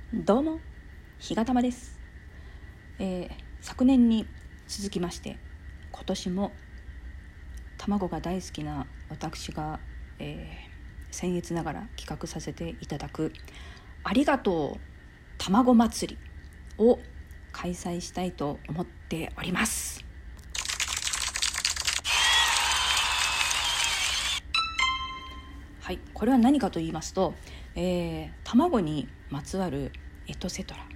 どうも、ひがたまです。昨年に続きまして、今年も卵が大好きな私が、僭越ながら企画させていただくありがとう卵祭りを開催したいと思っております。はい、これは何かと言いますと、卵にまつわるエトセトラ、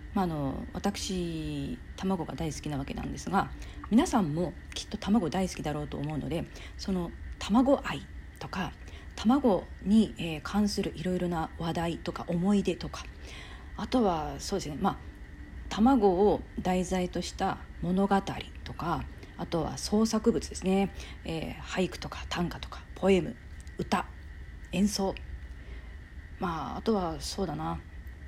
私卵が大好きなわけなんですが、皆さんもきっと卵大好きだろうと思うので、その卵愛とか卵に、関するいろいろな話題とか思い出とか、あとはそうですね、卵を題材とした物語とか、あとは創作物ですね、俳句とか短歌とかポエム、歌、演奏、あとはそうだな、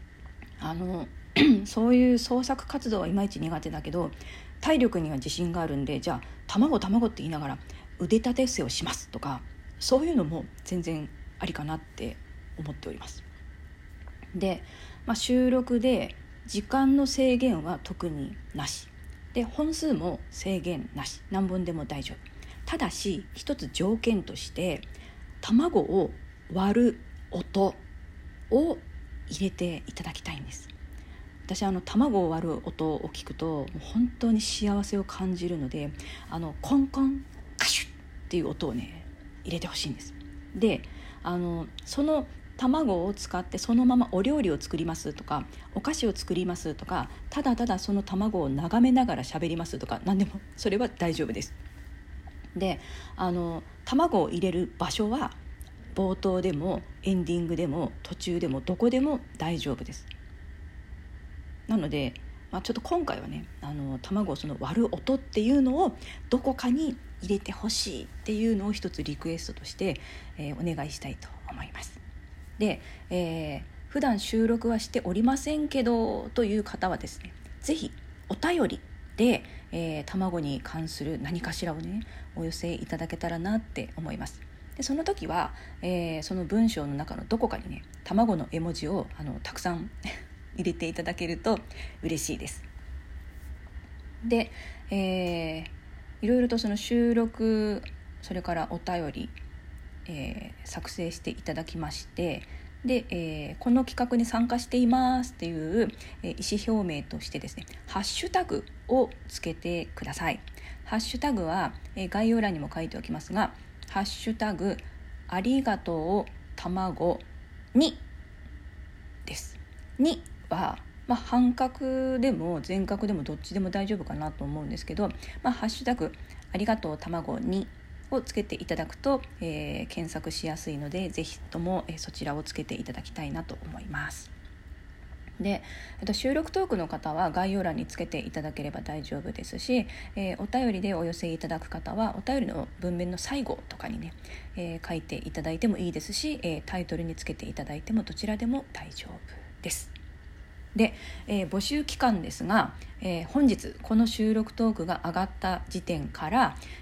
そういう創作活動はいまいち苦手だけど体力には自信があるんで、じゃあ卵って言いながら腕立て伏せをしますとか、そういうのも全然ありかなって思っております。で、収録で時間の制限は特になしで、本数も制限なし、何本でも大丈夫。ただし一つ条件として、卵を割る音を入れていただきたいんです。私卵を割る音を聞くと本当に幸せを感じるので、コンコンカシュッっていう音をね入れてほしいんです。で、その卵を使ってそのままお料理を作りますとか、お菓子を作りますとか、ただただその卵を眺めながら喋りますとか、何でもそれは大丈夫です。で、卵を入れる場所は冒頭でもエンディングでも途中でもどこでも大丈夫です。なので、ちょっと今回はね、卵をその割る音っていうのをどこかに入れてほしいっていうのを一つリクエストとして、お願いしたいと思います。で、普段収録はしておりませんけどという方はですね、ぜひお便りで、卵に関する何かしらをねお寄せいただけたらなって思います。でその時は、その文章の中のどこかにね卵の絵文字をたくさん入れていただけると嬉しいです。で、いろいろとその収録、それからお便り、作成していただきまして、で、この企画に参加していますっていう、意思表明としてですね、ハッシュタグをつけてください。ハッシュタグは、概要欄にも書いておきますが、ハッシュタグありがとう卵にです。には、半角でも全角でもどっちでも大丈夫かなと思うんですけど、ハッシュタグありがとう卵にをつけていただくと、検索しやすいので、ぜひとも、そちらをつけていただきたいなと思います。で、収録トークの方は概要欄につけていただければ大丈夫ですし、お便りでお寄せいただく方はお便りの文面の最後とかにね、書いていただいてもいいですし、タイトルにつけていただいてもどちらでも大丈夫です。で、募集期間ですが、本日この収録トークが上がった時点から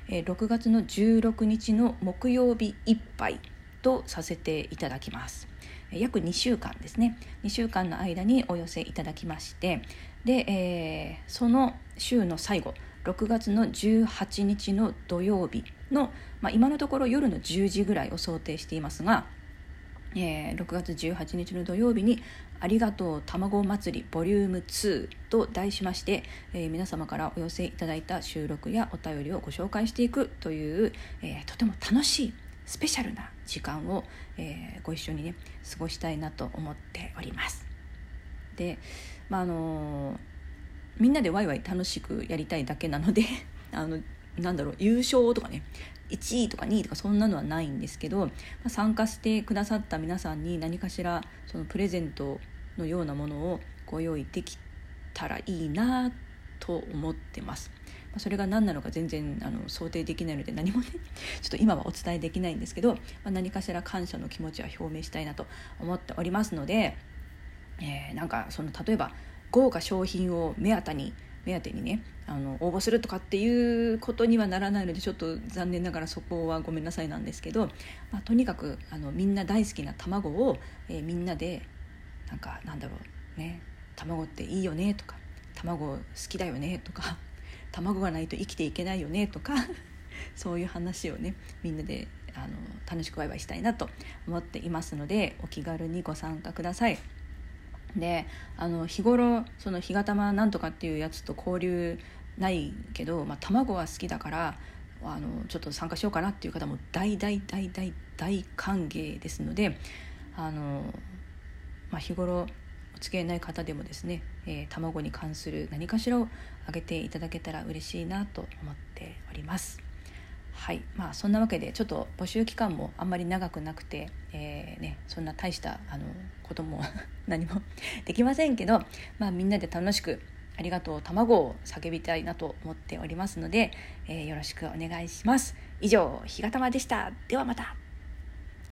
、6月の16日の木曜日いっぱいとさせていただきます。約2週間ですね。2週間の間にお寄せいただきまして、で、その週の最後6月の18日の土曜日の、今のところ夜の10時ぐらいを想定していますが、6月18日の土曜日にありがとう卵祭りボリューム2と題しまして、皆様からお寄せいただいた収録やお便りをご紹介していくという、とても楽しいスペシャルな時間を、ご一緒にね過ごしたいなと思っております。で、みんなでワイワイ楽しくやりたいだけなので優勝とかね1位とか2位とかそんなのはないんですけど、参加してくださった皆さんに何かしらそのプレゼントのようなものをご用意できたらいいなと思ってます。それが何なのか全然想定できないので何もねちょっと今はお伝えできないんですけど、何かしら感謝の気持ちは表明したいなと思っておりますので、例えば豪華商品を目当てにね応募するとかっていうことにはならないので、ちょっと残念ながらそこはごめんなさいなんですけど、とにかくみんな大好きな卵を、みんなでね、卵っていいよねとか、卵好きだよねとか、卵がないと生きていけないよねとかそういう話をねみんなで楽しくワイワイしたいなと思っていますので、お気軽にご参加ください。で日頃その干潟玉なんとかっていうやつと交流ないけど、卵は好きだからちょっと参加しようかなっていう方も大歓迎ですので、日頃お付き合いない方でもですね、卵に関する何かしらをあげていただけたら嬉しいなと思っております。はい、そんなわけでちょっと募集期間もあんまり長くなくて、そんな大したことも何もできませんけど、みんなで楽しくありがとう卵を叫びたいなと思っておりますので、よろしくお願いします。以上、ひがたまでした。ではまた。